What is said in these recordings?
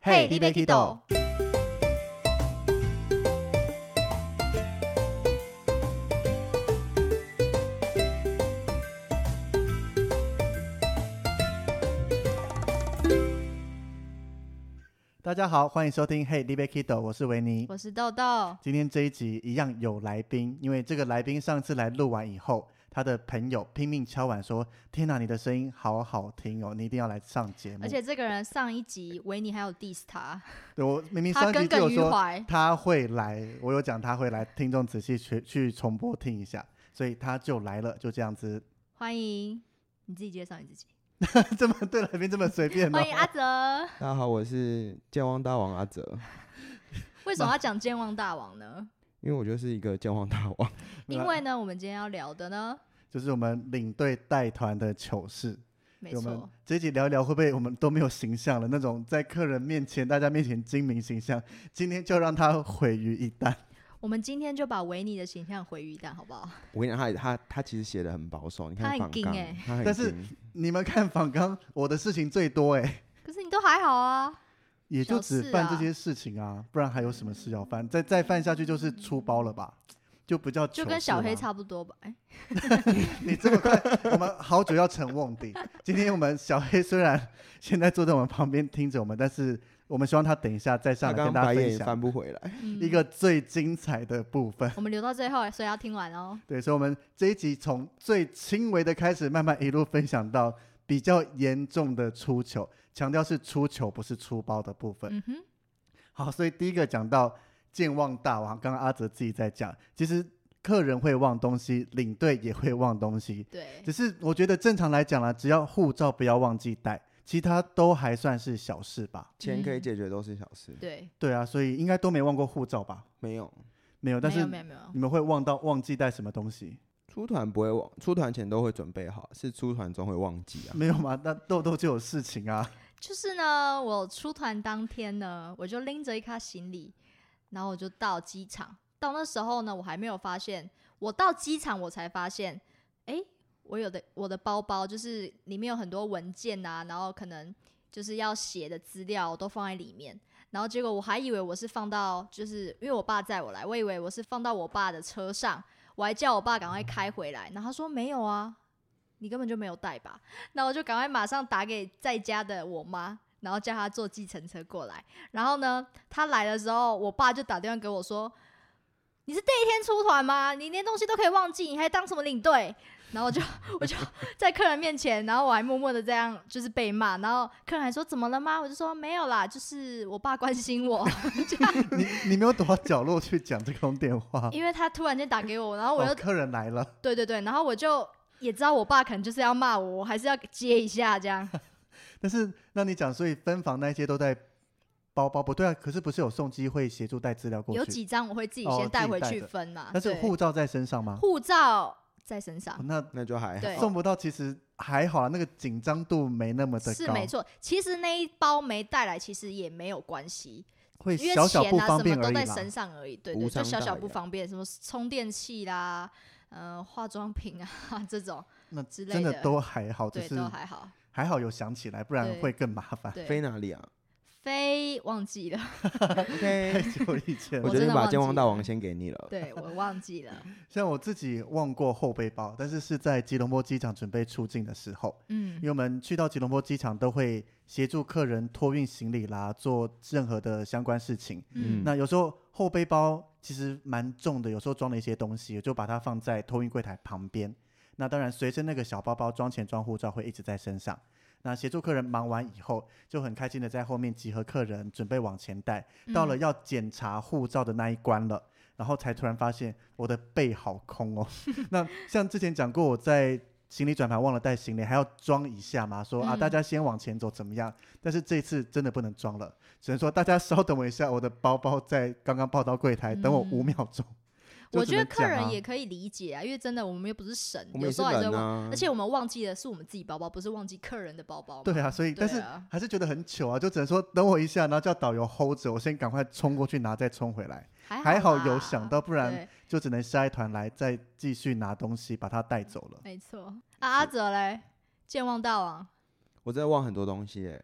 嘿，你要去倒？大家好，欢迎收听 Hey, 你要去倒？我是维尼， 我是豆豆。 今天这一集一样有来宾，因为这个来宾上次来录完以后，他的朋友拼命敲碗说：“天哪，你的声音好好听哦，你一定要来上节目。” 而且这个人上一集维尼还有 diss 他， 对，我明明上一集就有说他他会来，我有讲他会来，听众仔细去重播听一下，所以他就来了，就这样子。 欢迎你自己介绍你自己。 这么对来宾这么随便欢迎阿泽。 大家好，我是健忘大王阿泽。 为什么要讲健忘大王呢？ 因为我就是一个健忘大王。 因为呢，我们今天要聊的呢， 就是我们领队带团的糗事。 没错， 这一集聊一聊，会不会我们都没有形象了？那种在客人面前、大家面前精明形象，今天就让他毁于一旦。 我们今天就把维尼的形象毁于一旦，好不好？ 我跟你讲，他其实写的很保守，你看访纲，他很但是你们看访纲，我的事情最多哎。 可是你都还好啊， 也就只犯这些事情啊，不然还有什么事要犯？再犯下去就是出包了吧？就不叫糗事了， 就跟小黑差不多吧。 你这么快，我们好久要成瓮底。今天我们小黑虽然现在坐在我们旁边听着我们，但是我们希望他等一下再上来跟大家分享， 翻不回来一个最精彩的部分。 我们留到最后，所以要听完哦。 对，所以我们这一集从最轻微的开始，慢慢一路分享到比较严重的出糗，强调是出糗不是出包的部分。好，所以第一个讲到健忘大王，刚刚阿泽自己在讲，其实客人会忘东西，领队也会忘东西。 对， 只是我觉得正常来讲啦，只要护照不要忘记带，其他都还算是小事吧。 钱可以解决都是小事。 对啊，所以应该都没忘过护照吧？ 没有， 但是你们会忘记带什么东西？ 出团不会忘，出团前都会准备好，是出团中会忘记啊。 没有吗？那豆豆就有事情啊。 就是呢，我出团当天呢，我就拎着一卡行李，然后我就到机场。到那时候呢，我还没有发现，我到机场我才发现，我的包包就是里面有很多文件啊，然后可能就是要写的资料都放在里面。然后结果我还以为我是放到，就是因为我爸载我来，我以为我是放到我爸的车上，我还叫我爸赶快开回来。然后他说没有啊，你根本就没有带吧？那我就赶快马上打给在家的我妈，然后叫她坐计程车过来。然后呢，她来的时候，我爸就打电话给我说：“你是第一天出团吗？你连东西都可以忘记，你还当什么领队？”然后我就在客人面前，然后我还默默的这样就是被骂，然后客人还说怎么了吗？我就说没有啦，就是我爸关心我。 你没有躲到角落去讲这通电话？ 因为他突然间打给我，然后我又客人来了， 对，然后我就也知道我爸可能就是要骂我，我还是要接一下这样。 但是那你讲，所以分房那些都在包包不对啊？可是不是有送机会协助带资料过去？ 有几张我会自己先带回去分嘛。 但是护照在身上吗？ 护照在身上， 那就还好， 送不到其实还好啦，那个紧张度没那么的高。 是没错，其实那一包没带来，其实也没有关系， 会小小不方便而已啦， 因为钱啊什么都在身上而已，对，就小小不方便，什么充电器啦，化妆品啊这种， 那之类的真的都还好， 对，都还好， 还好有想起来，不然会更麻烦。 飞哪里啊？ 飞忘记了 ，OK， 太久以前了， 我决定把健忘大王先给你了。 对，我忘记了。 像我自己忘过后背包，但是是在吉隆坡机场准备出境的时候，因为我们去到吉隆坡机场都会协助客人托运行李啦，做任何的相关事情。那有时候后背包其实蛮重的，有时候装了一些东西，我就把它放在托运柜台旁边。那当然，随身那个小包包装钱装护照会一直在身上。那协助客人忙完以后，就很开心的在后面集合客人，准备往前带。到了要检查护照的那一关了，然后才突然发现我的背好空哦。那像之前讲过，我在行李转盘忘了带行李，还要装一下嘛，说大家先往前走怎么样？但是这次真的不能装了，只能说大家稍等我一下，我的包包在刚刚报到柜台，等我5秒钟。 我觉得客人也可以理解啊，因为真的我们又不是神，有时候还是忘，而且我们忘记的是我们自己包包，不是忘记客人的包包。 对啊，所以但是还是觉得很糗啊，就只能说等我一下，然后叫导游 hold 着，我先赶快冲过去拿，再冲回来。还好有想到，不然就只能下一团来再继续拿东西把它带走了。 没错。阿泽嘞，健忘大王， 我真的忘很多东西耶。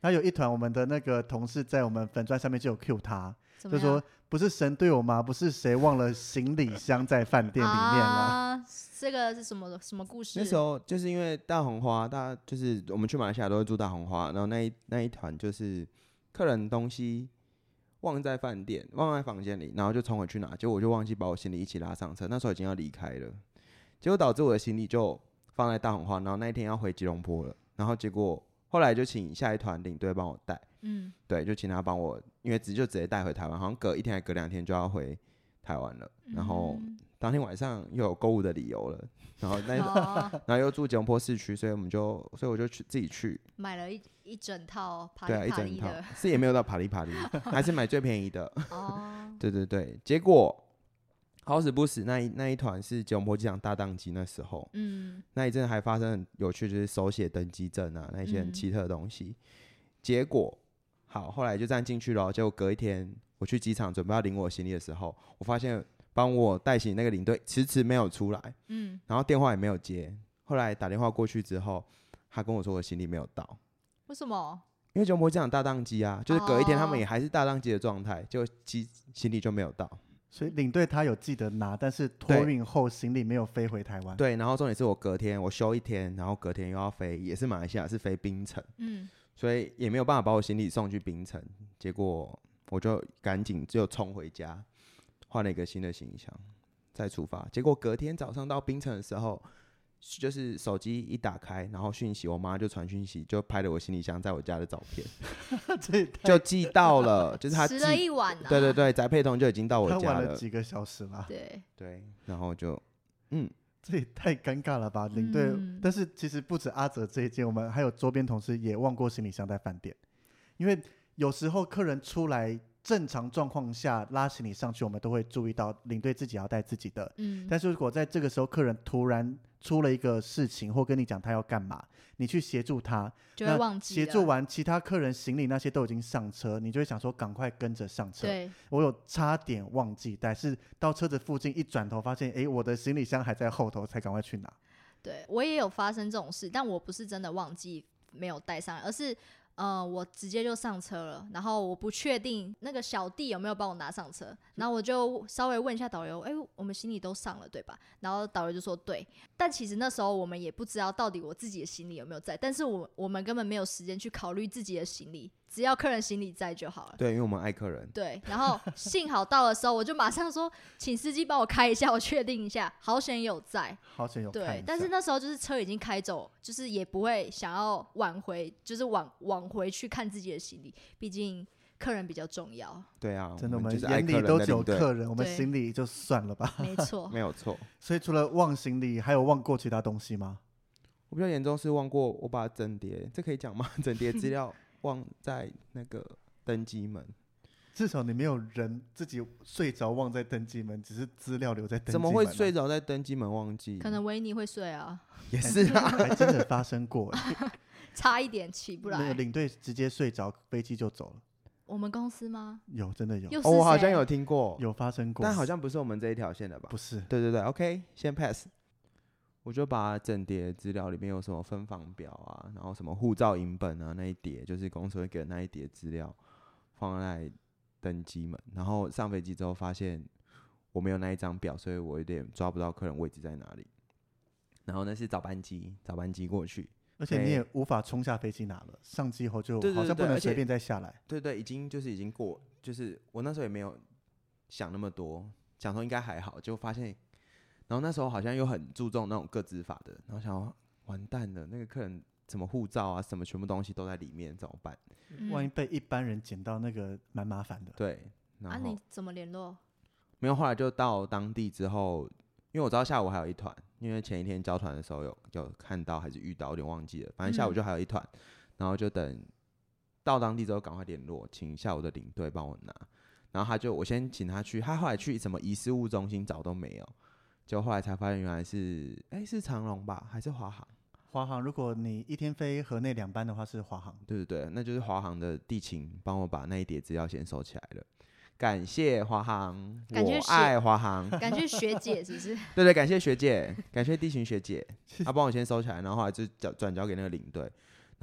然后有一团我们的那个同事在我们粉专上面就有 cue 他，就说不是神队友吗？不是谁忘了行李箱在饭店里面了？ 这个是什么故事？ 那时候就是因为大红花，大家就是我们去马来西亚都会住大红花，然后那一团就是客人东西忘在饭店，忘在房间里，然后就冲回去拿，结果我就忘记把我行李一起拉上车，那时候已经要离开了，结果导致我的行李就放在大红花，然后那一天要回吉隆坡了，然后结果后来就请下一团领队帮我带，对，就请他帮我，因为就直接带回台湾，好像隔1天还隔2天就要回台湾了，然后当天晚上又有购物的理由了，然后然后又住吉隆坡市区，所以我就自己去买了一整套帕利帕利的， 是也没有到帕利，还是买最便宜的。对对对，结果好死不死，那一团是吉隆坡机场大宕机，那时候，那一阵还发生很有趣，就是手写登机证啊，那些很奇特的东西。结果好，后来就这样进去了，结果隔一天我去机场准备要领我行李的时候，我发现帮我带行李那个领队迟没有出来，然后电话也没有接。后来打电话过去之后，他跟我说我行李没有到。 为什么？ 因为吉隆坡机场大宕机啊，就是隔一天他们也还是大宕机的状态，就行李就没有到。 所以领队他有记得拿，但是托运后行李没有飞回台湾。 对，然后重点是我隔天我休1天，然后隔天又要飞，也是马来西亚，是飞槟城，所以也没有办法把我行李送去槟城。结果我就赶紧就冲回家，换了一个新的行李箱，再出发。结果隔天早上到槟城的时候，就是手机一打开，然后讯息，我妈就传讯息，就拍了我行李箱在我家的照片，就寄到了，就是他迟了1晚啊。 对对对，宅配通就已经到我家了， 他晚了几个小时了。 对，然后就这也太尴尬了吧，领队。但是其实不止阿哲这一件，我们还有周边同事也忘过行李箱在饭店，因为有时候客人出来。正常状况下拉行李上去，我们都会注意到领队自己要带自己的。但是如果在这个时候客人突然出了一个事情，或跟你讲他要干嘛，你去协助他， 就会忘记了。 协助完，其他客人行李那些都已经上车，你就会想说赶快跟着上车。 对， 我有差点忘记带，是到车子附近一转头发现，我的行李箱还在后头，才赶快去拿。 对，我也有发生这种事，但我不是真的忘记没有带上来，而是我直接就上车了，然后我不确定那个小弟有没有帮我拿上车，然后我就稍微问一下导游，我们行李都上了对吧？然后导游就说对，但其实那时候我们也不知道到底我自己的行李有没有在，但是我们根本没有时间去考虑自己的行李，只要客人行李在就好了。 对，因为我们爱客人。 对，然后幸好到的时候，我就马上说，请司机帮我开一下，我确定一下，好险有在， 好险有看一下。 对，但是那时候就是车已经开走，就是也不会想要挽回，就是往回去看自己的行李，毕竟客人比较重要。 对啊， 真的，我们就是眼里都只有客人，我们行李就算了吧。 没错， 没有错。 所以除了忘行李，还有忘过其他东西吗？ 我比较严重是忘过我把整叠，这可以讲吗？整叠资料忘在那个登机门。 至少你没有人自己睡着忘在登机门，只是资料留在登机门。 怎么会睡着在登机门忘记？ 可能维尼会睡啊。 也是啊， 还真的发生过。 差一点起不来。 那个领队直接睡着，飞机就走了。 我们公司吗？ 有，真的有。 我好像有听过， 有发生过， 但好像不是我们这一条线的吧？ 不是。 对对对 ，OK， 先 pass。我就把整叠资料里面有什么分房表啊，然后什么护照影本啊，那一叠就是公司会给的那一叠资料，放在登机门。然后上飞机之后发现我没有那一张表，所以我有点抓不到客人位置在哪里。然后那是早班机过去， 而且你也无法冲下飞机拿了，上机后就好像不能随便再下来。 对对，已经过，就是我那时候也没有想那么多，想说应该还好，就发现，然后那时候好像又很注重那种个资法的，然后想说完蛋了，那个客人什么护照啊，什么全部东西都在里面，怎么办？ 万一被一般人捡到，那个蛮麻烦的。 对，然后你怎么联络？ 没有，后来就到当地之后。因为我知道下午还有一团，因为前一天交团的时候有看到还是遇到，有点忘记了。反正下午就还有一团，然后就等到当地之后赶快联络，请下午的领队帮我拿。然后我先请他去，他后来去什么遗失物中心找都没有，结果后来才发现原来是长荣吧，还是华航？ 华航，如果你一天飞河内2班的话是华航。 对对对，那就是华航的地勤帮我把那一叠资料先收起来了。感谢华航，我爱华航。 感谢学姐是不是？ 对对，感谢学姐，感谢地勤学姐，她帮我先收起来，然后后来就转交给那个领队，然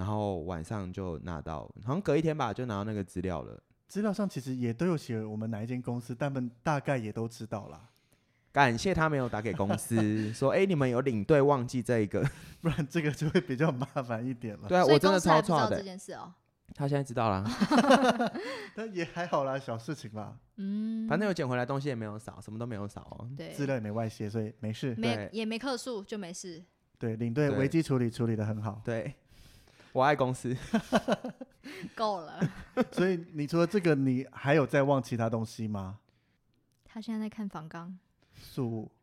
然后晚上就拿到，好像隔一天吧就拿到那个资料了。 资料上其实也都有写我们哪一间公司，但他们大概也都知道啦。 感谢他没有打给公司说你们有领队忘记这一个， 不然这个就会比较麻烦一点了。 对啊，我真的超错的。 这件事哦， 他现在知道了， 但也还好啦，小事情吧。 反正有捡回来东西也没有少，什么都没有少哦。 对， 资料也没外泄，所以没事。 也没客诉，就没事。 对，领队危机处理得很好。 对，我爱公司。 够了。 所以你除了这个，你还有在忘其他东西吗？ 他现在在看访纲。 宿务。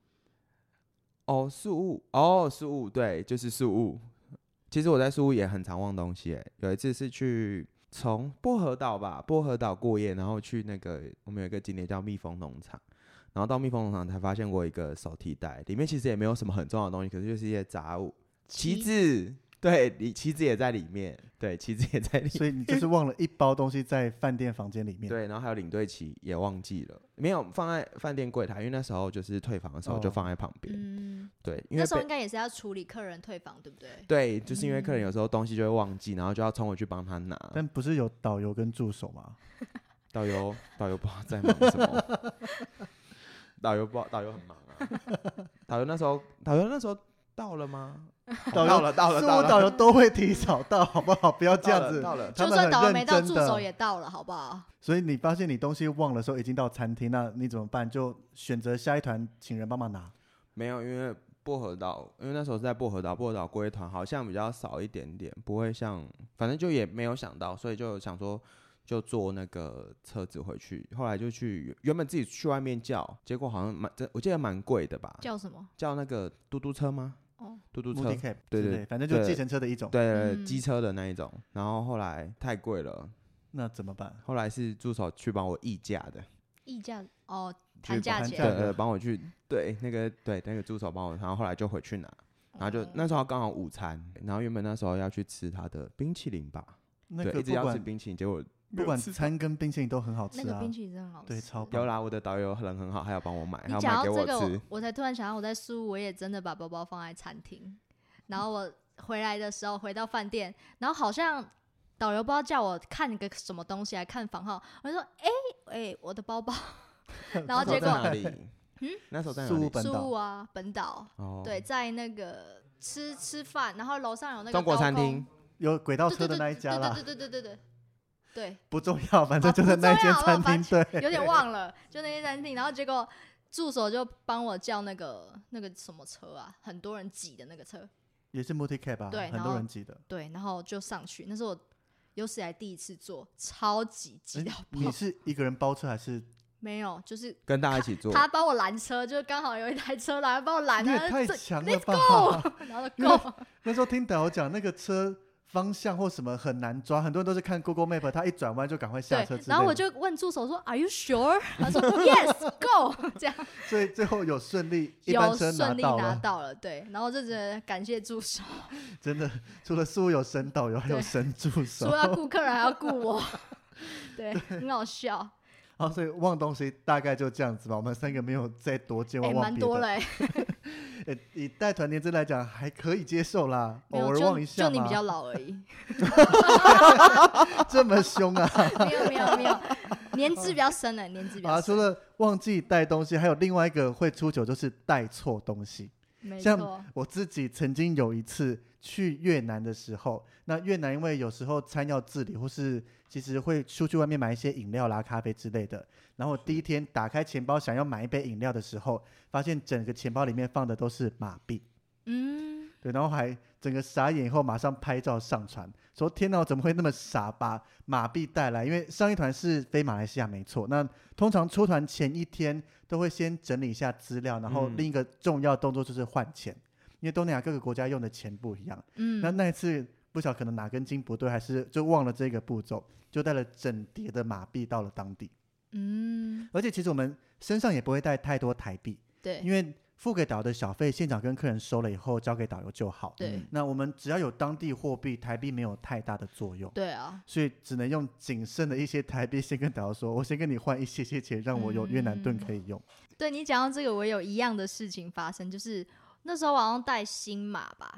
宿务，对，就是宿务。其实我在宿务也很常忘东西有一次是去从薄荷岛过夜，然后去那个我们有一个景点叫蜜蜂农场，然后到蜜蜂农场才发现过一个手提袋，里面其实也没有什么很重要的东西，可是就是一些杂物，旗子。对，旗子也在里面，对，旗子也在里面， 所以你就是忘了一包东西在饭店房间里面。 对，然后还有领队旗也忘记了，没有放在饭店柜台，因为那时候就是退房的时候就放在旁边。对，因为那时候应该也是要处理客人退房，对不对？ 对，就是因为客人有时候东西就会忘记，然后就要冲回去帮他拿。 但不是有导游跟助手吗？ 导游不知道在忙什么。导游很忙啊。导游那时候到了吗？到了， 事务导游都会提早到，好不好？不要这样子。 到了， 就算导游没到，助手也到了，好不好？ 所以你发现你东西忘了的时候，已经到餐厅，那你怎么办？就选择下一团请人帮忙拿。 没有，因为薄荷岛，因为那时候是在薄荷岛过夜团好像比较少一点点，不会像，反正就也没有想到，所以就想说就坐那个车子回去。后来就去原本自己去外面叫，结果好像我记得蛮贵的吧？ 叫什么？ 叫那个嘟嘟车吗？嘟嘟车， 对，反正就计程车的一种， 对，机车的那一种。然后后来太贵了， 那怎么办？ 后来是助手去帮我议价的， 谈价钱， 对，帮我去，那个助手帮我，然后后来就回去拿，然后就那时候刚好午餐，然后原本那时候要去吃他的冰淇淋吧，对，一直要吃冰淇淋，结果不管餐跟冰淇淋都很好吃啊， 那个冰淇淋真的很好吃， 对，超棒。 有啦，我的导游人很好，还要帮我买，还要买给我吃。我才突然想到，我在宿务我也真的把包包放在餐厅，然后我回来的时候回到饭店，然后好像导游不知道叫我看个什么东西，还看房号，我就说我的包包，然后结果那时候在哪里？ 宿务本岛，对，在那个吃饭，然后楼上有那个中国餐厅， 有轨道车的那一家啦， 对， 不重要，反正就是那间餐厅，对， 有点忘了，就那间餐厅，然后结果助手就帮我叫那个什么车啊，很多人挤的那个车， 也是 multi-cab 吧， 对， 很多人挤的， 对，然后就上去，那是我有史以来第一次坐，超级挤到爆。 你是一个人包车还是？ 没有，就是跟大家一起坐。 他帮我拦车，就刚好有一台车来帮我拦， 你也太强了吧！ 然后就 go。 那时候听导游讲，那个车方向或什么很难抓，很多人都是看 Google Map， 他一转弯就赶快下车之类的。 然后我就问助手说 ：“Are you sure？” 他说 ：“Yes, go。”这样。 所以最后有顺利，一班车拿到了，对。然后就觉得感谢助手。 真的，除了宿务有神导游，还有神助手。 除了顾客人还要顾我，对，很好笑。 好，所以忘东西大概就这样子吧。我们三个没有再多见忘别的。 蛮多了以带团年资来讲，还可以接受啦，偶尔忘一下嘛。 就你比较老而已。 这么凶啊？ 没有，年纪比较深了，年纪比较深。 除了忘记带东西，还有另外一个会出糗，就是带错东西。像我自己曾经有一次去越南的时候，那越南因为有时候餐要自理，或是其实会出去外面买一些饮料啦、咖啡之类的。然后第一天打开钱包想要买一杯饮料的时候，发现整个钱包里面放的都是马币。对，然后还整个傻眼，以后马上拍照上传，说天哪，我怎么会那么傻把马币带来？因为上一团是飞马来西亚没错，那通常出团前一天都会先整理一下资料，然后另一个重要动作就是换钱，因为东南亚各个国家用的钱不一样。那一次不晓得可能哪根筋不对，还是就忘了这个步骤，就带了整叠的马币到了当地。而且其实我们身上也不会带太多台币， 对， 因为付给导游的小费，现场跟客人收了以后交给导游就好。 对， 那我们只要有当地货币，台币没有太大的作用。 对啊， 所以只能用仅剩的一些台币先跟导游说，我先跟你换一些钱，让我有越南盾可以用。 对，你讲到这个，我有一样的事情发生，就是那时候我好像带新马吧，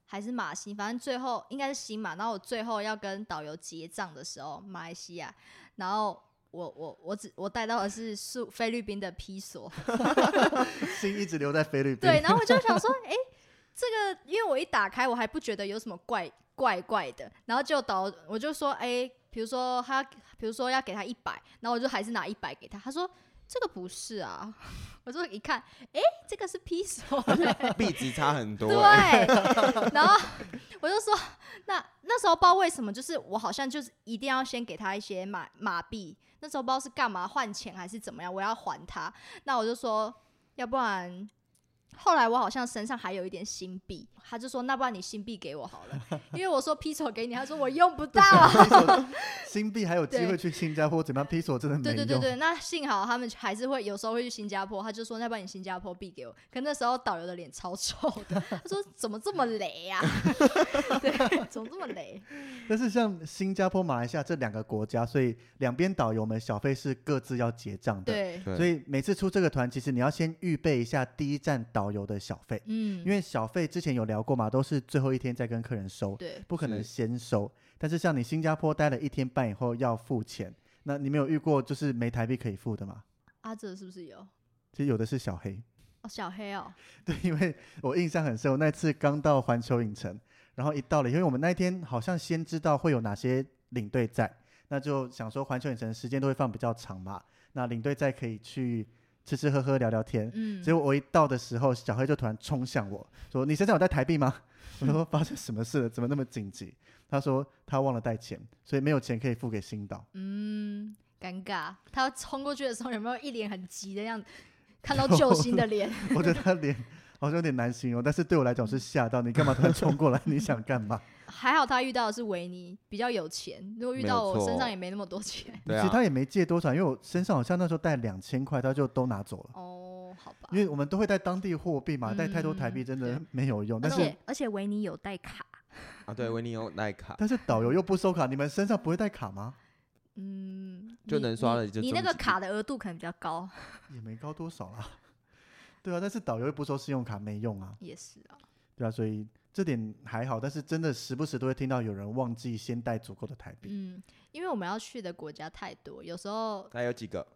还是马西，反正最后应该是新马。然后我最后要跟导游结账的时候，马来西亚，然后我带到的是菲律宾的披索， 心一直留在菲律宾。 对，然后我就想说，这个因为我一打开，我还不觉得有什么怪的，然后我就说，比如说要给他100，然后我就还是拿100给他，他说这个不是啊，我就一看，这个是披索， 币值差很多。 对，然后我就说，那时候不知道为什么，就是我好像就是一定要先给他一些马币，那时候不知道是干嘛换钱还是怎么样，我要还他，那我就说，要不然。后来我好像身上还有一点新币，他就说那不然你新币给我好了，因为我说披索给你，他说我用不到新币还有机会去新加坡，怎么样？披索真的没用。 对，那幸好他们还是会有时候会去新加坡，他就说那不然你新加坡币给我，可那时候导游的脸超臭的，他说怎么这么雷啊对，怎么这么雷。 但是像新加坡马来西亚这2个国家，所以两边导游们小费是各自要结账的， 对， 所以每次出这个团其实你要先预备一下第一站导游的小费，因为小费之前有聊过嘛，都是最后一天再跟客人收， 对， 不可能先收。但是像你新加坡待了1天半以后要付钱，那你没有遇过就是没台币可以付的吗？ 阿哲是不是有？ 其实有的是小黑。 小黑哦。 对，因为我印象很深，我那次刚到环球影城，然后一到了，因为我们那一天好像先知道会有哪些领队在，那就想说环球影城时间都会放比较长嘛，那领队在可以去吃吃喝喝聊聊天，结果我一到的时候，小黑就突然冲向我说：“你身上有带台币吗？”我说：“发生什么事了？怎么那么紧急？”他说他忘了带钱，所以没有钱可以付给新导。 尴尬。他冲过去的时候有没有一脸很急的样子？看到救星的脸我觉得他脸好像有点难形容，但是对我来讲是吓到。你干嘛突然冲过来？你想干嘛？ 还好他遇到的是维尼，比较有钱。如果遇到我身上也没那么多钱。 其实他也没借多少，因为我身上好像那时候带2000块，他就都拿走了。 哦，好吧。 因为我们都会带当地货币嘛，带太多台币真的没有用。 而且维尼有带卡啊，对，维尼有带卡， 但是导游又不收卡，你们身上不会带卡吗？ 就能刷了就你那个卡的额度可能比较高， 也没高多少啦。对啊，但是导游又不收信用卡，没用啊。 也是啊。 对啊，所以这点还好，但是真的时不时都会听到有人忘记先带足够的台币。 因为我们要去的国家太多，有时候还有几个？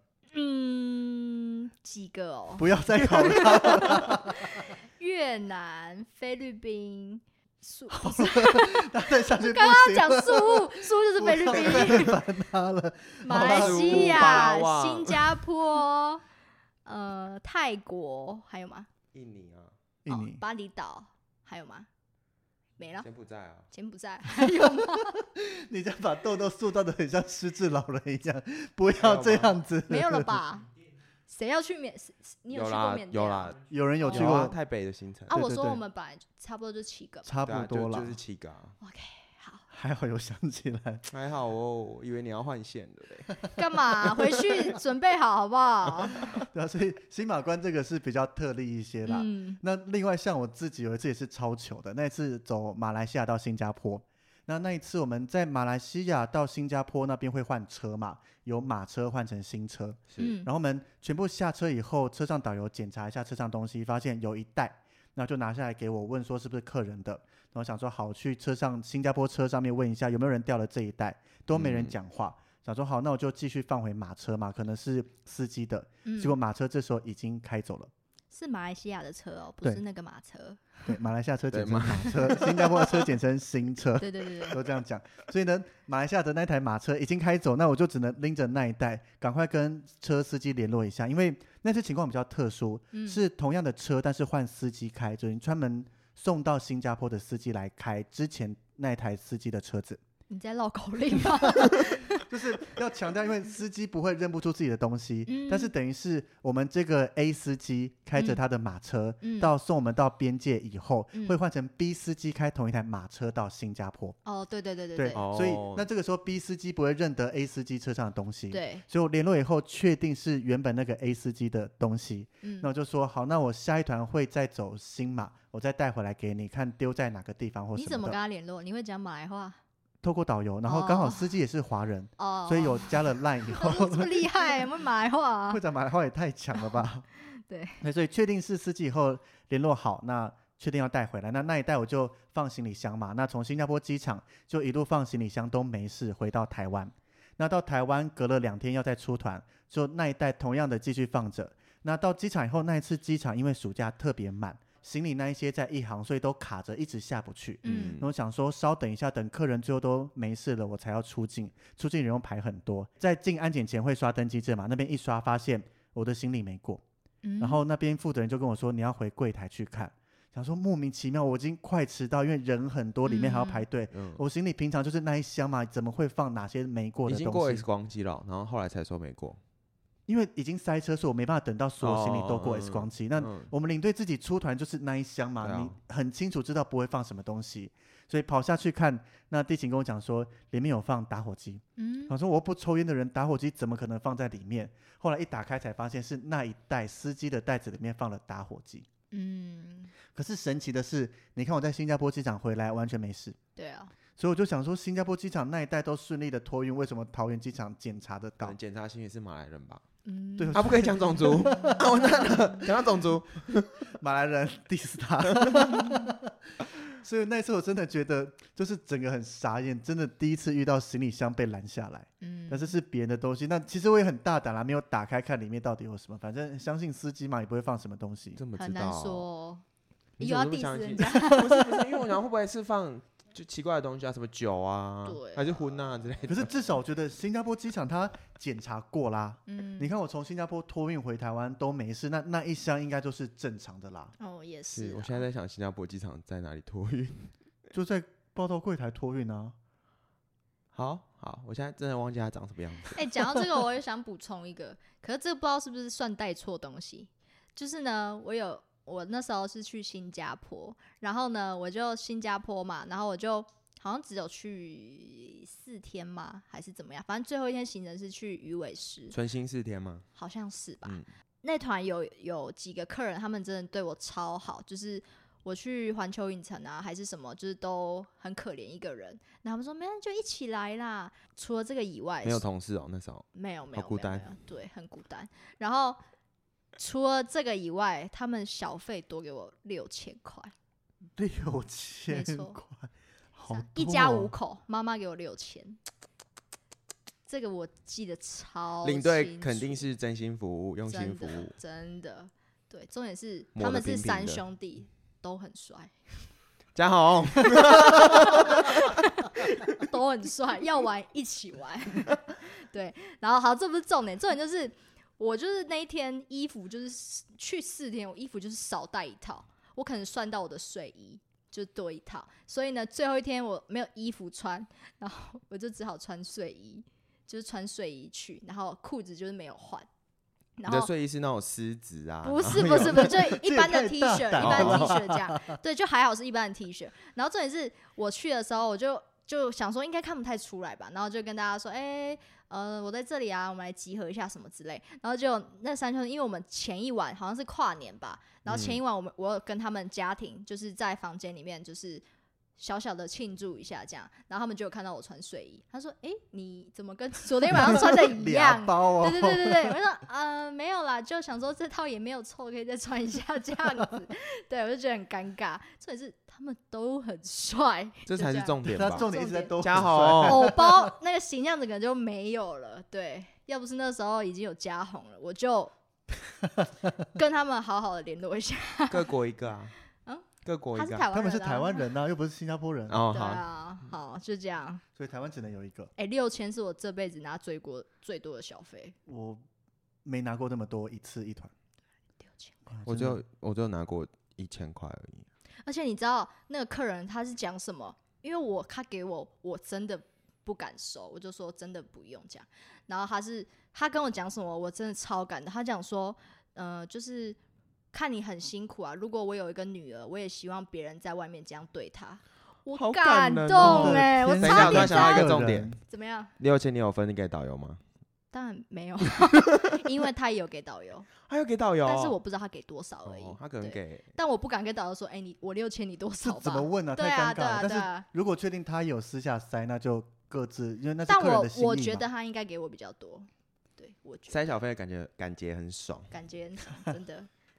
几个哦？ 不要再考他了。 越南、菲律宾。 他再上去刚刚讲苏就是菲律宾，马来西亚、新加坡、泰国还有吗？ 印尼啊， 巴厘岛还有吗？没了。 柬埔寨啊， 柬埔寨还有吗？ 你这样把豆豆塑造的很像失智老人一样，不要这样子。 没有了吧？谁要去你有去过缅甸？ 有啦， 有人有去过台北的行程啊。我说我们本来差不多就7个， 差不多啦， 就是7个啊。 OK， 好， 还好有想起来， 还好哦，以为你要换线的嘞。 干嘛？回去准备好不好？ 对啊，所以新马关这个是比较特例一些啦。那另外像我自己有一次也是超糗的，那一次走马来西亚到新加坡。那一次我们在马来西亚到新加坡那边会换车嘛，由马车换成新车，然后我们全部下车以后，车上导游检查一下车上东西，发现有1袋，然后就拿下来给我，问说是不是客人的，然后想说好，去车上新加坡车上面问一下有没有人掉了这一袋，都没人讲话，想说好，那我就继续放回马车嘛，可能是司机的，结果马车这时候已经开走了。 是马来西亚的车哦，不是那个马车。 对，马来西亚车简称马车，新加坡的车简称新车。 对， 都这样讲。所以呢，马来西亚的那台马车已经开走，那我就只能拎着那一袋，赶快跟车司机联络一下，因为那次情况比较特殊，是同样的车，但是换司机开，就是专门送到新加坡的司机来开之前那台司机的车子。 你在绕口令吗？ 就是要强调，因为司机不会认不出自己的东西，但是等于是我们这个 A 司机开着他的马车，到送我们到边界以后，会换成 B 司机开同一台马车到新加坡。 哦，对， 所以那这个时候 B 司机不会认得 A 司机车上的东西， 对， 所以我联络以后确定是原本那个 A 司机的东西，那我就说好，那我下一团会再走新马，我再带回来给你看丢在哪个地方或什么的。 你怎么跟他联络？你会讲马来话？ 透过导游，然后刚好司机也是华人，所以有加了 LINE 以后， 这么厉害，会马来话？ 会讲马来话也太强了吧？ 对， 所以确定是司机以后联络好，那确定要带回来，那一袋我就放行李箱嘛，那从新加坡机场就一路放行李箱都没事，回到台湾。那到台湾隔了2天要再出团，就那一袋同样的继续放着。那到机场以后，那一次机场因为暑假特别满，行李那一些在一行，所以都卡着一直下不去。那我想说稍等一下，等客人最后都没事了我才要出境，出境人用排很多，在进安检前会刷登机证嘛，那边一刷发现我的行李没过，然后那边负责人就跟我说你要回柜台去看。想说莫名其妙，我已经快迟到，因为人很多，里面还要排队。我行李平常就是那一箱嘛，怎么会放哪些没过的东西？ 已经过 X 光机了，然后后来才说没过。 因为已经塞车，所以我没办法等到所有行李都过 X 光机。那我们领队自己出团就是那一箱嘛，你很清楚知道不会放什么东西，所以跑下去看。那地勤跟我讲说里面有放打火机，我说我不抽烟的人，打火机怎么可能放在里面？后来一打开才发现是那一袋司机的袋子里面放了打火机。可是神奇的是，你看我在新加坡机场回来完全没事。 对啊， 所以我就想说，新加坡机场那一带都顺利的托运，为什么桃园机场检查得到？ 检查行李是马来人吧？ 对， 不可以讲种族。完蛋了，讲到种族， 马来人 diss 他。所以那次我真的觉得，就是整个很傻眼，真的第一次遇到行李箱被拦下来。但是是别人的东西。那其实我也很大胆啦，没有打开看里面到底有什么，反正相信司机嘛，也不会放什么东西。 这么知道很难说。 你又要 diss 人家？ 不是，因为我想会不会是放就奇怪的东西啊，什么酒啊，还是荤啊之类的。 可是至少我觉得新加坡机场它检查过啦。你看我从新加坡托运回台湾都没事，那一箱应该都是正常的啦。 也是。 我现在在想新加坡机场在哪里托运？ 就在报到柜台托运啊。 好，我现在真的忘记它长什么样子。 讲到这个，我也想补充一个，可是这个不知道是不是算带错东西。就是呢，我那时候是去新加坡，然后呢，我就新加坡嘛，然后我就好像只有去4天嘛，还是怎么样？反正最后一天行程是去鱼尾狮， 纯新4天吗？ 好像是吧。那团有几个客人，他们真的对我超好，就是我去环球影城啊，还是什么，就是都很可怜一个人。然后他们说没人就一起来啦。除了这个以外，没有同事哦，那时候没有， 好孤单， 对，很孤单。然后除了这个以外，他们小费多给我6000块 ，6000块，好多哦， 一家5口，妈妈给我6000，这个我记得超清楚。 领队肯定是真心服务，用心服务， 真的。对，重点是他们是3兄弟，都很帅。 嘉宏都很帅，要玩一起玩。对，然后好，这不是重点，重点就是我就是那一天衣服就是去4天，我衣服就是少带一套，我可能算到我的睡衣就多一套，所以呢最后一天我没有衣服穿，然后我就只好穿睡衣，就是穿睡衣去，然后裤子就是没有换。 你的睡衣是那种丝质啊？ 不是，就一般的 T 恤，一般的 T 恤这样。对，就还好是一般的 T 恤。然后重点是我去的时候，我就想说应该看不太出来吧，然后就跟大家说，我在这里啊，我们来集合一下什么之类。然后就那3兄弟，因为我们前一晚好像是跨年吧，然后前一晚我有跟他们家庭就是在房间里面就是小小的庆祝一下这样，然后他们就有看到我穿睡衣，他说你怎么跟昨天晚上穿的一样？ 哦、 对，我就说没有啦，就想说这套也没有臭，可以再穿一下这样子。对，我就觉得很尴尬，重点是他们都很帅， 这才是重点吧？ 重点一直在都嘉宏偶包那个形象整个就没有了。对，要不是那时候已经有嘉宏了，我就跟他们好好的联络一下。 各国一个啊。各国一个， 他们是台湾人啊，又不是新加坡人。 对啊，好，就这样。 所以台湾只能有一个。 6000是我这辈子拿最多的小费。 我没拿过那么多，一次一团。 6000块， 我只有拿过1000块而已。 而且你知道那个客人他是讲什么？因为他给我真的不敢收，我就说真的不用这样。然后他跟我讲什么，我真的超感动。他讲说，就是看你很辛苦啊，如果我有一个女儿，我也希望别人在外面这样对她。我感动我差点想到一个重点， 怎么样 ？6000你有分给导游吗？ 当然没有，因为他也有给导游， 他有给导游， 但是我不知道他给多少而已。 他可能给， 但我不敢跟导游说，我6000你多少吧？ 怎么问啊？太尴尬了。但是如果确定他有私下塞，那就各自，因为那是客人的心意嘛。 但我觉得他应该给我比较多，对，我觉得塞小费感觉很爽， 感觉很爽，真的。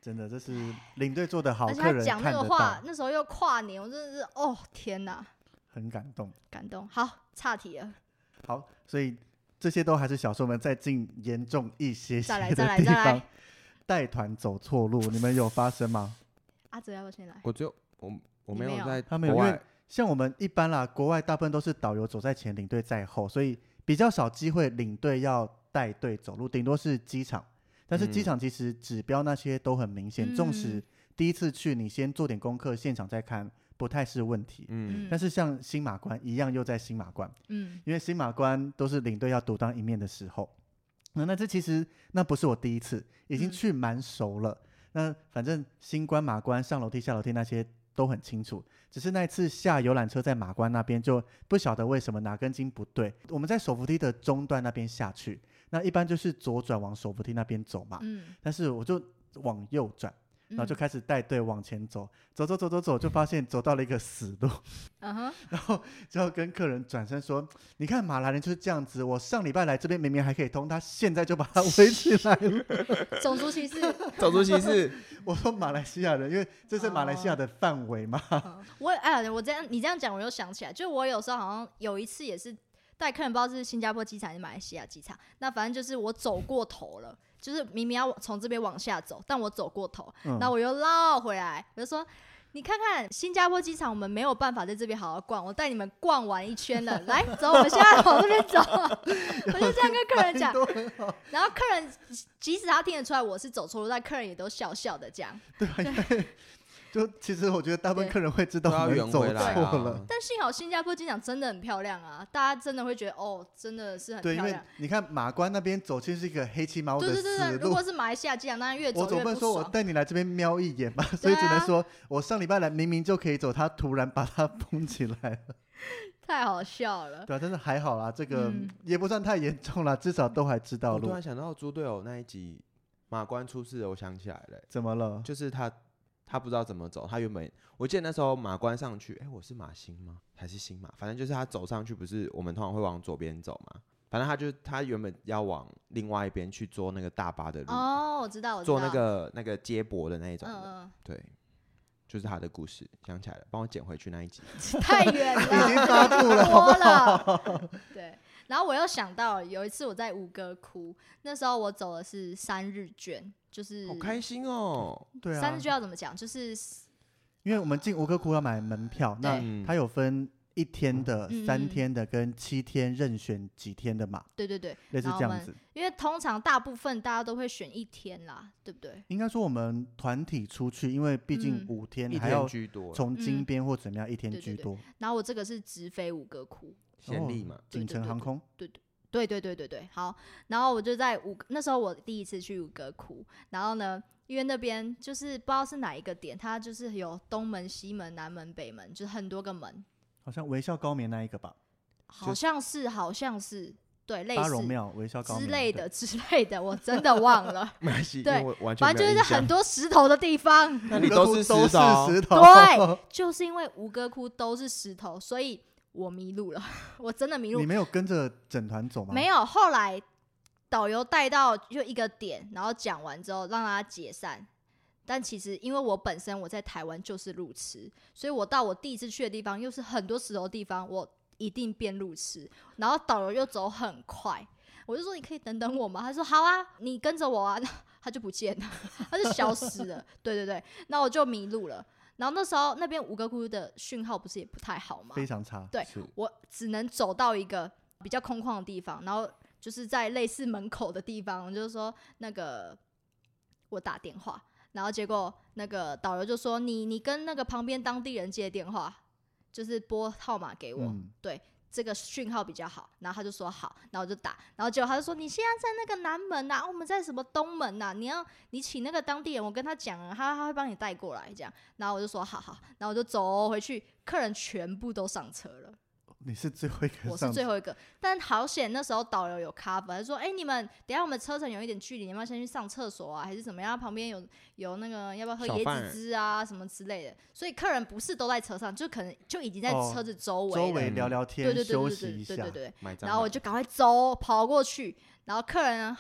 真的这是领队做的好， 而且客人他讲那看得个话， 到， 那时候又跨年，我真的是天哪， 很感动。 感动。好，岔题了， 好，所以这些都还是小时候，我们再进严重一些些的再来地方。带团走错路，你们有发生吗？ 阿哲要不要先来？ 我只有我没有在他们有， 国外因为像我们一般啦，国外大部分都是导游走在前，领队在后，所以比较少机会领队要带队走路，顶多是机场。但是机场其实指标那些都很明显，纵使第一次去你先做点功课，现场再看不太是问题。但是像新马关一样，又在新马关，因为新马关都是领队要独当一面的时候。那这其实那不是我第一次，已经去蛮熟了。那反正新关马关上楼梯下楼梯那些都很清楚，只是那一次下游览车在马关那边就不晓得为什么哪根筋不对。我们在手扶梯的中段那边下去，那一般就是左转往手扶梯那边走嘛，但是我就往右转，然后就开始带队往前走，走，就发现走到了一个死路，然后就要跟客人转身说：“你看马来人就是这样子，我上礼拜来这边明明还可以通，他现在就把它围起来了。” 种族歧视， 种族歧视。 我说马来西亚人，因为这是马来西亚的范围嘛。 我你这样讲，我又想起来，就我有时候好像有一次也是带客人，不知道是新加坡机场还是马来西亚机场，那反正就是我走过头了。就是明明要从这边往下走，但我走过头，然后我又绕回来，我就说：“你看看新加坡机场，我们没有办法在这边好好逛，我带你们逛完一圈了，来走，我们现在往这边走。”我就这样跟客人讲，然后客人即使他听得出来我是走错路，但客人也都笑笑的这样。 对。就其实我觉得大部分客人会知道我们走错了， 但幸好新加坡机场真的很漂亮啊，大家真的会觉得真的是很漂亮。 对，因为你看马关那边走其实是一个黑漆麻乌的死路。 对，如果是马来西亚机场，当然越走越不爽。 我总不能说我带你来这边瞄一眼吧，所以只能说我上礼拜来明明就可以走，他突然把它封起来了。 太好笑了。 对啊，但是还好啦，这个也不算太严重啦，至少都还知道路。 我突然想到猪队友那一集马关出事了，我想起来了。 怎么了？ 就是他不知道怎么走，他原本我记得那时候马关上去，我是马新吗？还是新马？反正就是他走上去，不是我们通常会往左边走嘛？反正他原本要往另外一边去坐那个大巴的路。 我知道。 坐那个接驳的那一种的。对，就是他的故事，想起来了，帮我剪回去那一集。 太远了， 已经发布了，好不好？ 对。然后我又想到有一次我在吴哥窟，那时候我走的是3日券，就是好开心哦。 对啊 ，3日券要怎么讲？就是因为我们进吴哥窟要买门票，那它有分1天的、3天的跟7天，任选几天的嘛？ 对， 类似这样子。 因为通常大部分大家都会选1天啦，对不对？ 应该说我们团体出去，因为毕竟5天还要从金边或怎么样1天居多。 然后我这个是直飞吴哥窟。 先例嘛， 锦城航空。 对，好，然后我就在那时候我第一次去吴哥窟，然后呢，因为那边就是不知道是哪一个点，它就是有东门、西门、南门、北门，就是很多个门。 好像微笑高棉那一个吧？ 好像是，对，类似巴戎庙、微笑高棉之类的，我真的忘了。 没关系， 对，反正就是很多石头的地方。 那里都是石头。 对，就是因为吴哥窟都是石头，所以我迷路了，我真的迷路。 你没有跟着整团走吗？ 没有，后来导游带到就一个点，然后讲完之后让大家解散。但其实因为我本身我在台湾就是路痴，所以我到我第一次去的地方又是很多石头的地方，我一定变路痴。然后导游又走很快，我就说你可以等等我吗？他说好啊，你跟着我啊。他就不见了，他就消失了。对，那我就迷路了。然后那时候那边吴哥窟的讯号不是也不太好吗？ 非常差。 对，我只能走到一个比较空旷的地方，然后就是在类似门口的地方，我就说那个我打电话，然后结果那个导游就说你跟那个旁边当地人接电话，就是拨号码给我。对，这个讯号比较好，然后他就说好，然后我就打，然后结果他就说你现在在那个南门啊，我们在什么东门啊，你请那个当地人，我跟他讲啊，他会帮你带过来这样，然后我就说好，然后我就走回去，客人全部都上车了。 你是最后一个， 我是最后一个，但好险那时候导游有 cover， 他说你们等一下我们车程有一点距离，你们要先去上厕所啊，还是怎么样？旁边有那个要不要喝椰子汁啊什么之类的，所以客人不是都在车上，就可能就已经在车子周围聊聊天，休息一下， 对，然后我就赶快跑过去，然后客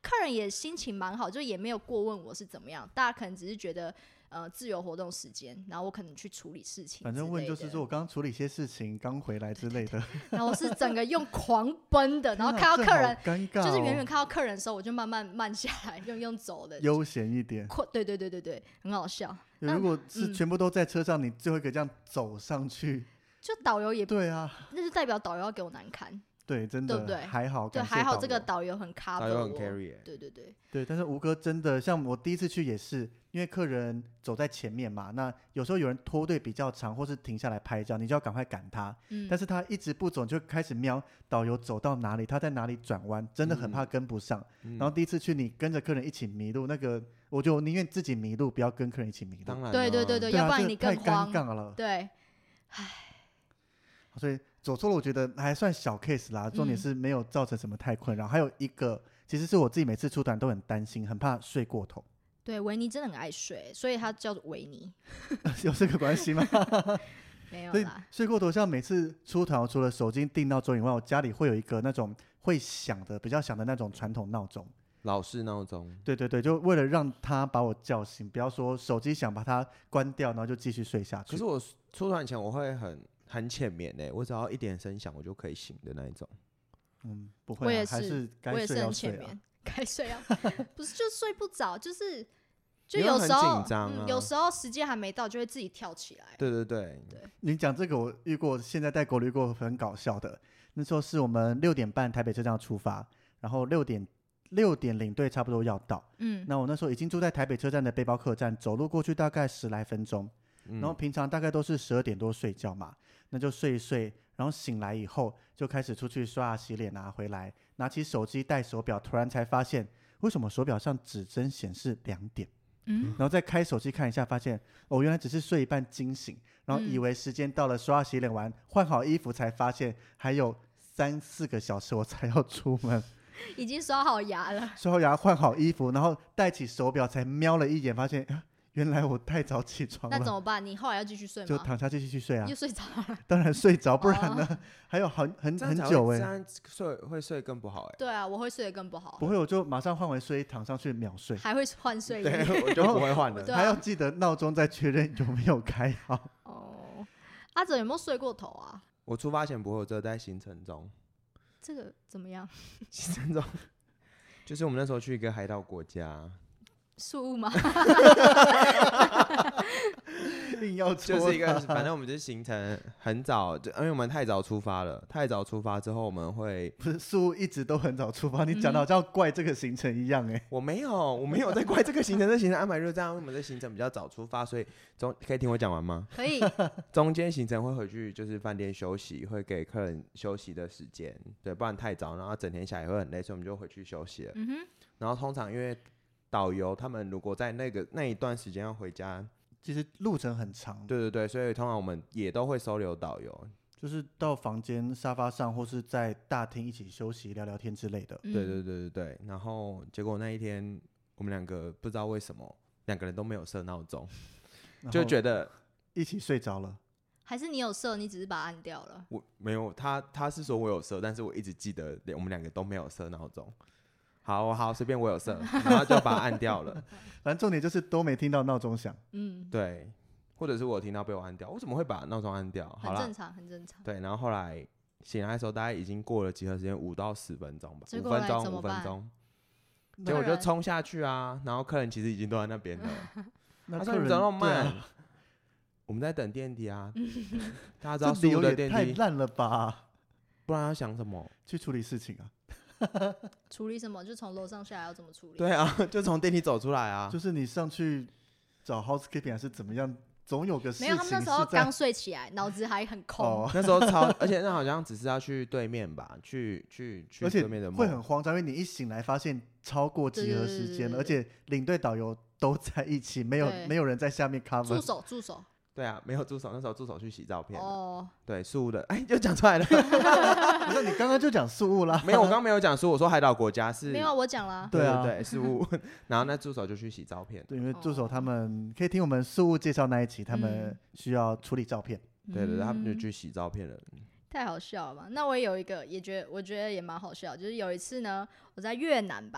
客人也心情蛮好，就也没有过问我是怎么样，大家可能只是觉得自由活动时间，然后我可能去处理事情， 反正问就是说我刚处理一些事情，刚回来之类的。 然后我是整个用狂奔的，然后看到客人， 尴尬就是远远看到客人的时候，我就慢慢下来，用走的， 悠闲一点。 对，很好笑。 如果是全部都在车上，你最后一个这样走上去， 就导游也对啊， 那就代表导游要给我难堪。 对，真的，对不对？还好， 对，还好这个导游很 cover 导游很 carry， 对，但是吴哥真的，像我第一次去也是，因为客人走在前面嘛，那有时候有人拖队比较长，或是停下来拍照，你就要赶快赶他。但是他一直不走，就开始瞄导游走到哪里，他在哪里转弯，真的很怕跟不上。然后第一次去，你跟着客人一起迷路，那个我就宁愿自己迷路，不要跟客人一起迷路。 当然， 对，要不然你更慌。 太尴尬了。 对， 所以走错了，我觉得还算小 case 啦，重点是没有造成什么太困扰。还有一个，其实是我自己每次出团都很担心，很怕睡过头。 对，维尼真的很爱睡，所以他叫做维尼。 有这个关系吗？ 没有啦。 所以睡过头，像每次出团，除了手机定闹钟以外，我家里会有一个那种会响的、比较响的那种传统闹钟。 老式闹钟。 对，就为了让他把我叫醒，不要说手机响把它关掉，然后就继续睡下去。 可是我出团前我会很浅眠欸，我只要一点声响我就可以醒的那一种。 不会还是该睡要睡啊。 该睡啊，不是就睡不着，就有时候紧张啊， 有时候时间还没到就会自己跳起来。 对， 你讲这个我遇过，现在带狗遇过很搞笑的。那时候是我们6点半台北车站出发，然后6点领队差不多要到。那我那时候已经住在台北车站的背包客栈，走路过去大概10来分钟。然后平常大概都是12点多睡觉嘛，那就睡一睡，然后醒来以后就开始出去刷牙洗脸啊，回来拿起手机戴手表，突然才发现为什么手表上指针显示2点。然后再开手机看一下，发现原来只是睡一半惊醒，然后以为时间到了，刷牙洗脸完换好衣服，才发现还有3-4个小时我才要出门。 已经刷好牙了， 刷好牙换好衣服，然后戴起手表才瞄了一眼，发现原来我太早起床了。 那怎么办？你后来要继续睡吗？ 就躺下继续睡啊。 又睡着了？ 当然睡着，不然呢？还有很久这样会睡更不好对啊，我会睡得更不好。 不会，我就马上换回睡衣，躺上去秒睡。 还会换睡衣？ 对，我就不会换了。 还要记得闹钟再确认有没有开好。 阿哲有没有睡过头啊？ 我出发前不会，我只有在行程中。 这个怎么样？ 行程中就是我们那时候去一个海岛国家。 宿务吗？ 硬要就是一个，反正我们就是行程很早，就因为我们太早出发了。太早出发之后，我们会不是宿务一直都很早出发，你讲的好像怪这个行程一样我没有在怪这个行程，这行程安排就是这样。我们的行程比较早出发，所以可以听我讲完吗？ 可以。 中间行程会回去就是饭店休息，会给客人休息的时间，对，不然太早，然后整天下来会很累，所以我们就回去休息了。然后通常因为导游他们如果在那一段时间要回家， 其实路程很长。 对，所以通常我们也都会收留导游， 就是到房间沙发上，或是在大厅一起休息聊聊天之类的。 对。然后结果那一天我们2个不知道为什么2个人都没有设闹钟，就觉得一起睡着了。 还是你有设，你只是把它按掉了？ 我没有，他是说我有设，但是我一直记得我们2个都没有设闹钟。好，随便我有设，然后就把它按掉了。 反正重点就是都没听到闹钟响。 对，或者是我听到被我按掉，我怎么会把闹钟按掉？ 很正常，很正常。 对，然后后来醒来的时候，大概已经过了集合时间5到10分钟吧，5分钟，结果就冲下去啊，然后客人其实已经都在那边了。他说你怎么那么慢？我们在等电梯啊。大家知道宿务的电梯太烂了吧？ 不然要想什么？ 去处理事情啊。 处理什么？就从楼上下来要怎么处理？ 对啊，就从电梯走出来啊。 就是你上去找 housekeeping 还是怎么样，总有个事情。 没有，他们那时候刚睡起来，脑子还很空。 那时候而且那好像只是要去对面吧，去对面的 mall， 会很慌张，因为你一醒来发现超过集合时间了，而且领队导游都在一起，没有人在下面 cover。 助手。 对啊，没有助手，那时候助手去洗照片。对，宿务的，就讲出来了。 不是你刚刚就讲宿务啦？ 没有，我刚刚没有讲宿务，我说海岛国家是。 没有，我讲了。 对，宿务。然后那助手就去洗照片。 对，因为助手他们可以听我们宿务介绍那一期，他们需要处理照片。 对，他们就去洗照片了。 太好笑了嘛！那我也有一个，我觉得也蛮好笑，就是有一次呢，我在越南吧，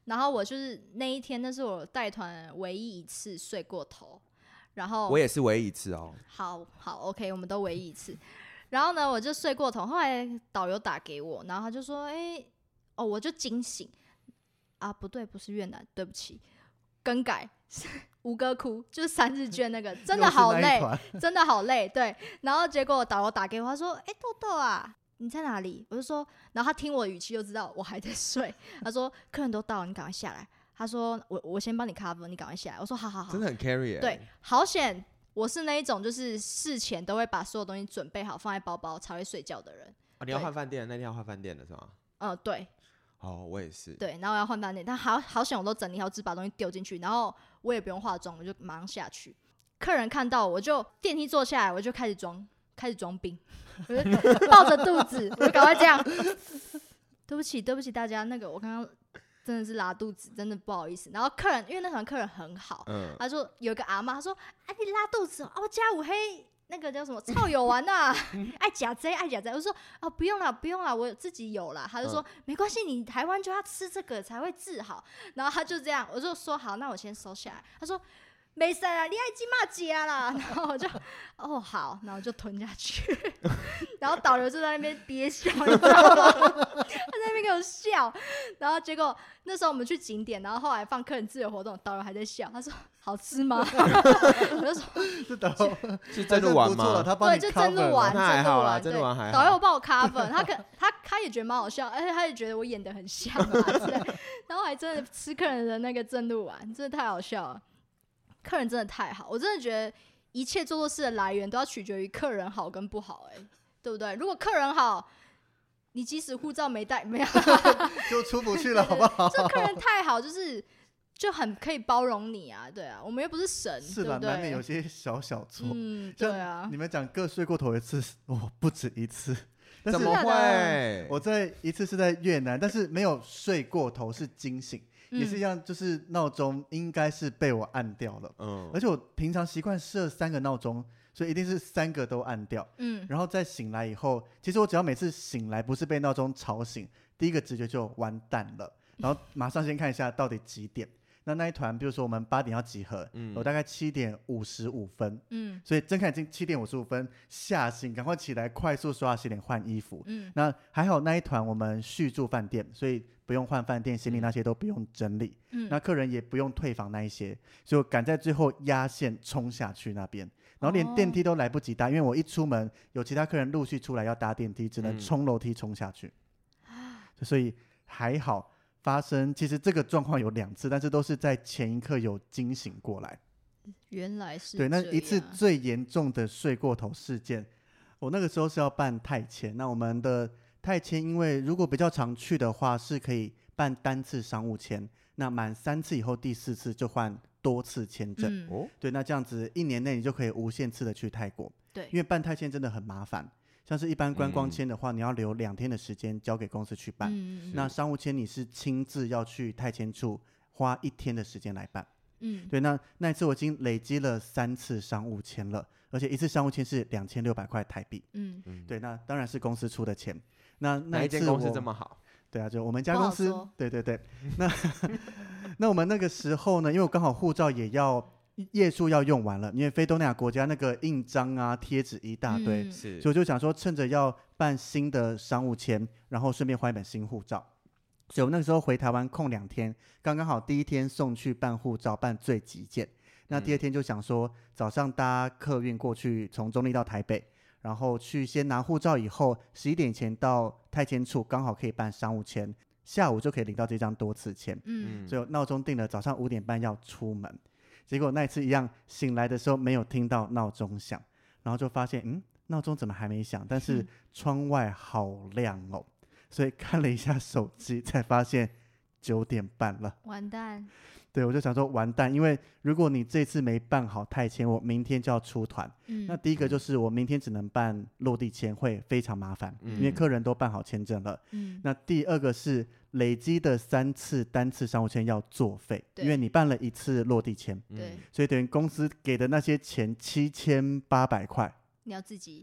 然后我就是那一天，那是我带团唯一一次睡过头。然后我也是唯一一次哦。 好 OK， 我们都唯一一次。然后呢，我就睡过头，后来导游打给我，然后他就说：“我就惊醒啊，不对，不是越南，对不起，更改吴哥窟，就是3日券那个，真的好累，真的好累。”对，然后结果导游打给我，他说：“豆豆啊，你在哪里？”我就说，然后他听我的语气就知道我还在睡。他说：“客人都到了，你赶快下来。”他说我先帮你 cover， 你赶快下来。我说好， 真的很 carry 对，好险，我是那一种就是事前都会把所有东西准备好放在包包才会睡觉的人。 你要换饭店，那天要换饭店的是吗？ 对。 我也是。 对，然后我要换饭店，但好险我都整理好，只把东西丢进去，然后我也不用化妆，我就马上下去。客人看到我就电梯坐下来，我就开始装病，我就抱着肚子，我就赶快这样。对不起大家，那个我刚刚真的是拉肚子，真的不好意思。然后客人因为那团客人很好，他说有个阿嬷，他说你拉肚子我家有黑那个叫什么臭有丸啊，爱假贼。我说不用啦，我自己有啦。他就说没关系，你台湾就要吃这个才会治好。然后他就这样，我就说好，那我先收下来。他说没事啦，你爱金马加啦。然后我就好，然后就吞下去。然后导游就在那边憋笑，你知道吗？他在那边给我笑。然后结果那时候我们去景点，然后后来放客人自由活动，导游还在笑，他说好吃吗？我就说是导游是正露丸吗？ 对，就正露丸， 那还好啦，正露丸还好。 导游帮我 cover， 他也觉得蛮好笑，而且他也觉得我演得很像啊，然后还真的吃客人的那个正露丸，真的太好笑了。客人真的太好，我真的觉得一切做错事的来源都要取决于客人好跟不好，对不对？如果客人好，你即使护照没带，没有就出不去了，好不好？ 这客人太好，就很可以包容你啊，对啊，我们又不是神， 是吧？ 难免有些小错， 对啊。 你们讲各睡过头一次，不止一次。 怎么会？ 我一次是在越南，但是没有睡过头，是惊醒。也是一样，就是闹钟应该是被我按掉了，而且我平常习惯设3个闹钟，所以一定是3个都按掉，然后再醒来以后，其实我只要每次醒来不是被闹钟吵醒，第一个直觉就完蛋了，然后马上先看一下到底几点。那一团比如说我们8点要集合，我大概7点55分，所以睁开眼睛7点55分吓醒，赶快起来快速刷牙洗脸换衣服，那还好那一团我们续住饭店，所以不用换饭店，行李那些都不用整理，那客人也不用退房那一些，所以我赶在最后压线冲下去那边，然后连电梯都来不及搭，因为我一出门有其他客人陆续出来要搭电梯，只能冲楼梯冲下去，所以还好发生，其实这个状况有2次，但是都是在前一刻有惊醒过来。 原来是对，那一次最严重的睡过头事件，我那个时候是要办泰签，那我们的泰签因为如果比较常去的话是可以办单次商务签，那满3次以后第4次就换多次签证，对，那这样子1年内你就可以无限次的去泰国， 对， 因为办泰签真的很麻烦，像是一般观光签的话，你要留2天的时间交给公司去办，那商务签你是亲自要去泰签处花1天的时间来办，对，那一次我已经累积了3次商务签了，而且一次商务签是2600块台币，对，那当然是公司出的钱。那一次间公司这么好？ 对啊，就我们家公司，对，那我们那个时候呢，因为我刚好护照也要页数要用完了，因为非东南亚国家那个印章啊贴纸一大堆，所以我就想说趁着要办新的商务签，然后顺便换一本新护照，所以我那个时候回台湾空2天，刚刚好第1天送去办护照，办最急件，那第2天就想说早上搭客运过去，从中立到台北，然后去先拿护照，以后11点前到泰签处，刚好可以办商务签，下午就可以领到这张多次签，所以闹钟定了早上5点半要出门，结果那一次一样，醒来的时候没有听到闹钟响，然后就发现闹钟怎么还没响，但是窗外好亮哦，所以看了一下手机才发现9点半了， 完蛋。 对，我就想说完蛋，因为如果你这次没办好泰签，我明天就要出团，那第一个就是我明天只能办落地签，会非常麻烦，因为客人都办好签证了，那第2个是累积的3次单次商务签要作废，因为你办了1次落地签，所以等于公司给的那些钱7800块， 你要自己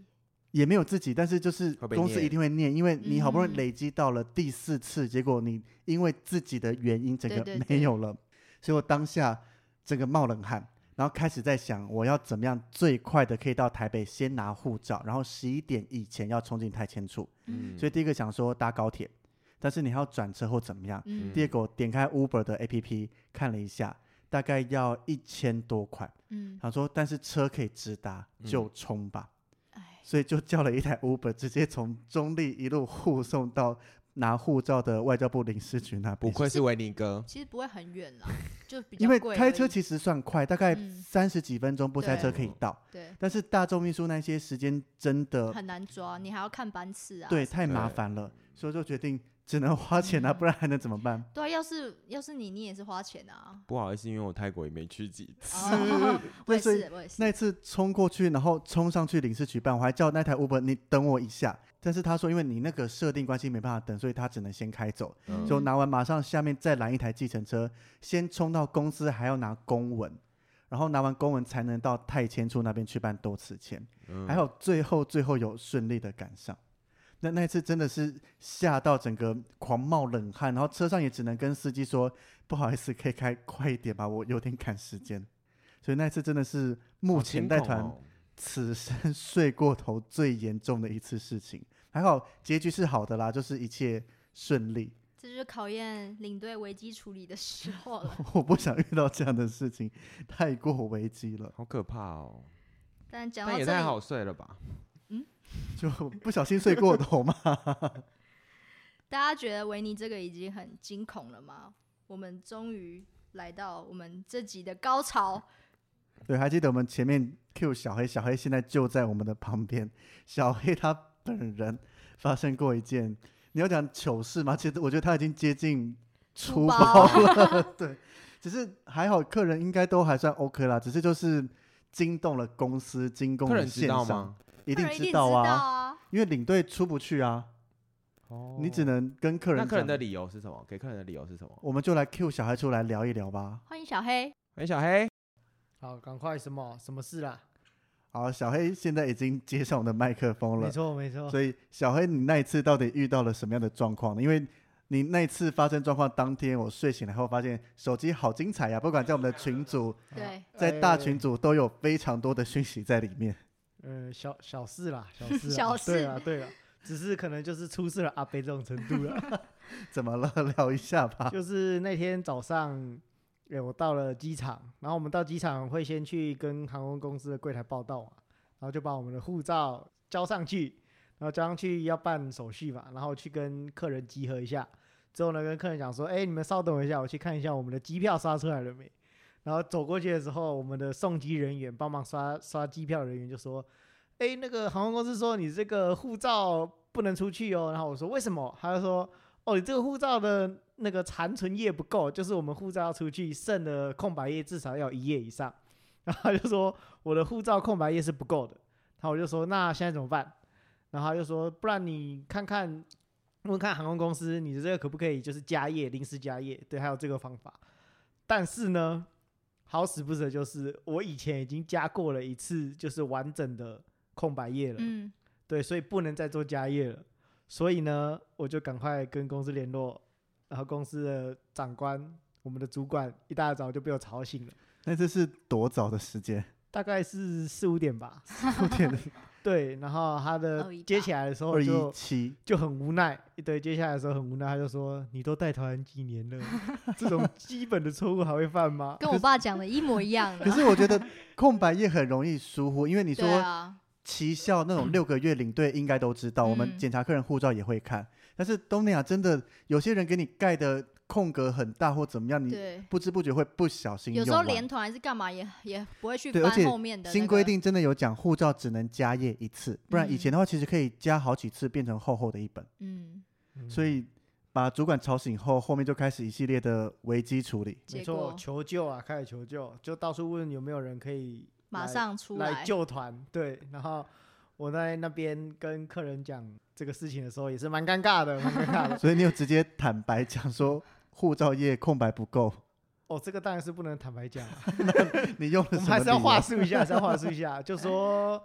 也没有自己，但是就是公司一定会念，因为你好不容易累积到了第4次，结果你因为自己的原因整个没有了，所以我当下整个冒冷汗，然后开始在想我要怎么样最快的可以到台北先拿护照，然后11点以前要冲进台签处，所以第一个想说搭高铁，但是你还要转车或怎么样，第二个我点开 Uber 的 APP 看了一下，大概要1000多块，想说但是车可以直达，就冲吧，所以就叫了一台 Uber， 直接从中立一路护送到拿护照的外交部领事局那边。 不愧是维尼哥， 其实不会很远啦，就比较因为贵开车其实算快，大概30几分钟不塞车可以到， 对， 但是大众运输那些时间真的很难抓，你还要看班次啊， 对，太麻烦了，所以就决定只能花钱啊，不然还能怎么办？ 对啊，要是你也是花钱啊。 不好意思，因为我泰国也没去几次。 我也是。 那一次冲过去，然后冲上去领事局办，我还叫那台 Uber 你等我一下，但是他说因为你那个设定关系没办法等，所以他只能先开走，就拿完马上下面再拦一台计程车，先冲到公司还要拿公文，然后拿完公文才能到泰签处那边去办多次签，还好最后有顺利的赶上。那一次真的是吓到整个狂冒冷汗，然后车上也只能跟司机说不好意思可以开快一点吧，我有点赶时间。所以那一次真的是目前带团此生睡过头最严重的一次事情，还好结局是好的啦，就是一切顺利。 这就是考验领队危机处理的时候了。 我不想遇到这样的事情，太过危机了， 好可怕哦。 但讲到这里也太好睡了吧， 就不小心睡过头嘛。 大家觉得维尼这个已经很惊恐了吗？我们终于来到我们这集的高潮。 对，还记得我们前面 Q 小黑，小黑现在就在我们的旁边。小黑他本人发生过一件，你要讲糗事吗？其实我觉得他已经接近出包了。对，只是还好客人应该都还算 OK 啦，只是就是惊动了公司，惊动了线上。客人知道吗？一定知道啊，因为领队出不去啊。你只能跟客人讲。 那客人的理由是什么？给客人的理由是什么？ 我们就来 Q 小黑出来聊一聊吧。 欢迎小黑。 欢迎小黑。 好，赶快什么事啦？ 好，小黑现在已经接上我的麦克风了。 没错没错。 所以小黑，你那一次到底遇到了什么样的状况呢？因为你那一次发生状况当天，我睡醒来后发现手机好精彩呀，不管在我们的群组， 对， 在大群组都有非常多的讯息在里面。 小事啦， 小事。 对啊，只是可能就是出事了阿北这种程度了。 怎么了？聊一下吧。 就是那天早上，我到了机场，然后我们到机场会先去跟航空公司的柜台报到嘛，然后就把我们的护照交上去，然后交上去要办手续嘛，然后去跟客人集合一下，之后呢跟客人讲说，你们稍等我一下，我去看一下我们的机票刷出来了没。然后走过去的时候，我们的送机人员帮忙刷机票的人员就说，那个航空公司说你这个护照不能出去哦。然后我说为什么？他就说，你这个护照的那个残存页不够，就是我们护照要出去剩的空白页至少要1页以上。然后他就说我的护照空白页是不够的。然后我就说那现在怎么办？然后他就说不然你问看航空公司你的这个可不可以就是加页，临时加页，对，还有这个方法。但是呢好死不死的就是我以前已经加过了一次就是完整的空白页了，对，所以不能再做加页了。所以呢我就赶快跟公司联络，然后公司的长官我们的主管一大早就被我吵醒了。 那这是多早的时间？ 大概是4、5点吧。 4、5点。 对，然后他的接起来的时候就很无奈，对，接下来的时候很无奈，他就说你都带团几年了，这种基本的错误还会犯吗？ 跟我爸讲的一模一样的。 可是我觉得空白页很容易疏忽，因为你说期效那种6个月领队应该都知道，我们检查客人护照也会看，但是东南亚真的有些人给你盖的空格很大或怎么样，你不知不觉会不小心用完。 有时候连团还是干嘛也不会去翻后面的、 新规定真的有讲护照只能加页1次，不然以前的话其实可以加好几次变成厚厚的一本。所以把主管吵醒后，后面就开始一系列的危机处理。 没错，求救啊，开始求救，就到处问有没有人可以马上出来救团。对，然后我在那边跟客人讲这个事情的时候也是蛮尴尬的。 所以你有直接坦白讲说护照页空白不够？ 这个当然是不能坦白讲。 你用了什么理由？ 我们还是要话术一下，就说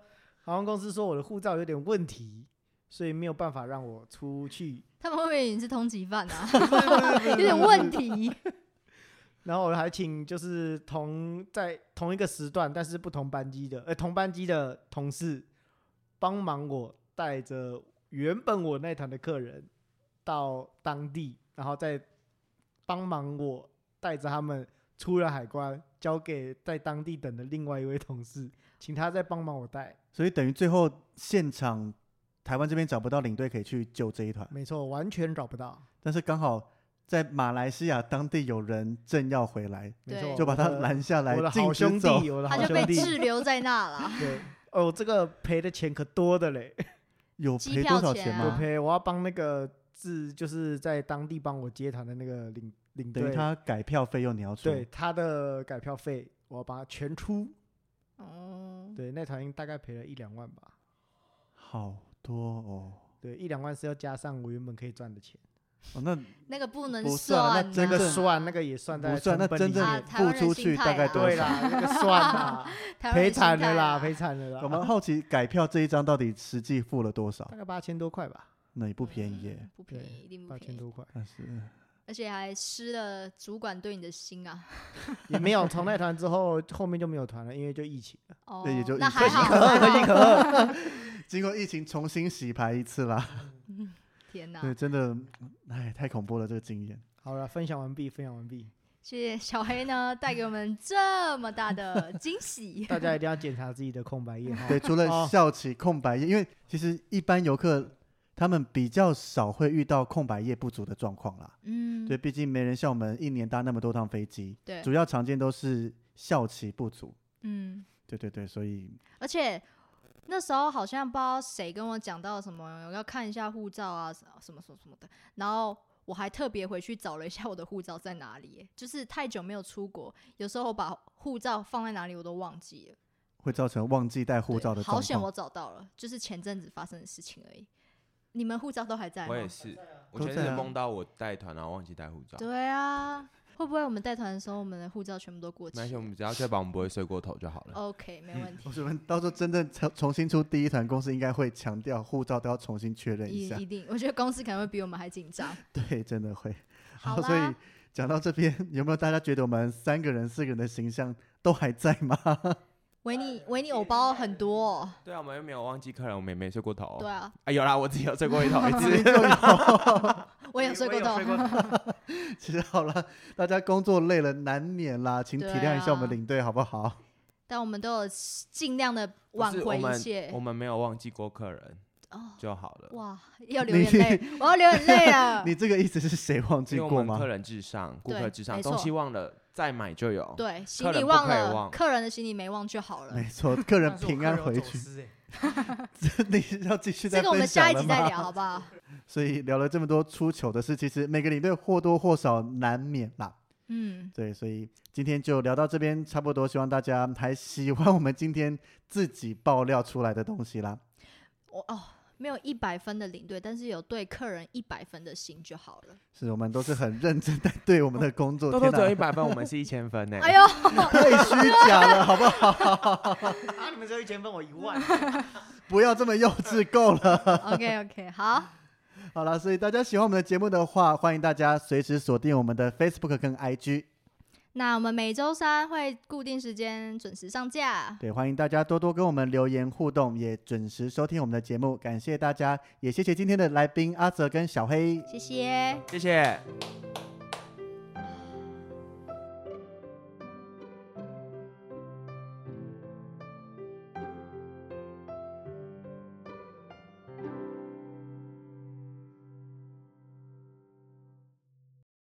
航空公司说我的护照有点问题，所以没有办法让我出去。 他们会不会以为你是通缉犯啊？有点问题。 然后我还请就是在同一个时段但是不同班机的同班机的同事帮忙我带着原本我那团的客人到当地，然后再帮忙我带着他们出了海关，交给在当地等的另外一位同事，请他再帮忙我带。 所以等于最后现场台湾这边找不到领队可以去救这一团， 没错，完全找不到。 但是刚好在马来西亚当地有人正要回来， 没错， 就把他拦下来， 我的好兄弟， 他就被滞留在那了。 对，哦，这个赔的钱可多的嘞。 有赔多少钱吗？ 有赔，我要帮那个就是在当地帮我接团的那个领队， 等于他改票费用你要出， 对，他的改票费我要帮他全出。 哦， 对，那团大概赔了1-2万吧。 好多哦。 对，1-2万是要加上我原本可以赚的钱。 哦， 那个不能不算， 那个算，那个也算在不算，那真正付出去大概多少？ 对啦，那个算啦，赔惨了啦，赔惨了啦。 我们好奇改票这一张到底实际付了多少？ 大概8000多块吧。 那也不便宜耶， 不便宜，一定不便宜。 8000多块， 而且还失了主管对你的心啊！ 也没有，从那团之后，后面就没有团了，因为就疫情了。 哦， 对，也就那还好， 可喜可贺。 经过疫情重新洗牌一次啦。 天哪！ 对，真的，哎，太恐怖了这个经验。 好了，分享完毕。 谢谢小黑呢，带给我们这么大的惊喜。 大家一定要检查自己的空白页哈。 对，除了校期空白页，因为其实一般游客他们比较少会遇到空白页不足的状况啦。对，毕竟没人像我们一年搭那么多趟飞机。 对， 主要常见都是校期不足。对，所以而且那时候好像不知道谁跟我讲到什么要看一下护照啊，什么的，然后我还特别回去找了一下我的护照在哪里，就是太久没有出国，有时候我把护照放在哪里我都忘记了， 会造成忘记带护照的状况。 好险我找到了，就是前阵子发生的事情而已。你们护照都还在吗？ 我也是，我前阵子梦到我带团然后忘记带护照。 对啊。会不会我们带团的时候，我们的护照全部都过期了？ 没关系，我们只要确保我们不会睡过头就好了。 OK， 没问题。 我们到时候真正重新出第一团，公司应该会强调护照都要重新确认一下。 一定，我觉得公司可能会比我们还紧张。 对，真的会。 好， 所以讲到这边，有没有大家觉得我们3个人、4个人的形象都还在吗？ 维尼偶包很多哦。 对啊，我们又没有忘记客人，我们也没睡过头。 对啊。 有啦，我自己有睡过一头一次。 我也有睡过头。 其实好了，大家工作累了难免啦，请体谅一下我们领队好不好？ 但我们都有尽量的挽回一切。 我们没有忘记过客人。就好了。 哇，要流眼泪，我要流眼泪了。 你这个意思是谁忘记过吗？ 因为我们客人至上，顾客至上，东西忘了再买就有。 对，行李忘了，客人的行李没忘就好了。 没错，客人平安回去。你要继续再分享了吗？ 这个我们下一集再聊，好不好？ 所以聊了这么多出糗的事，其实每个领队或多或少难免啦。对，所以今天就聊到这边差不多，希望大家还喜欢我们今天自己爆料出来的东西啦。 没有100分的领队，但是有对客人100分的心就好了。 是我们都是很认真在对我们的工作。 都只有100分，我们是1000分呢。 哎呦， 太虚假了，好不好？ 你们只有1000分，我1万。 不要这么幼稚，够了。 OK， 好。 好了，所以大家喜欢我们的节目的话，欢迎大家随时锁定我们的 Facebook 跟 IG。 那我们每周3会固定时间准时上架。 对，欢迎大家多多跟我们留言互动，也准时收听我们的节目。感谢大家，也谢谢今天的来宾阿泽跟小黑。 谢谢。 谢谢。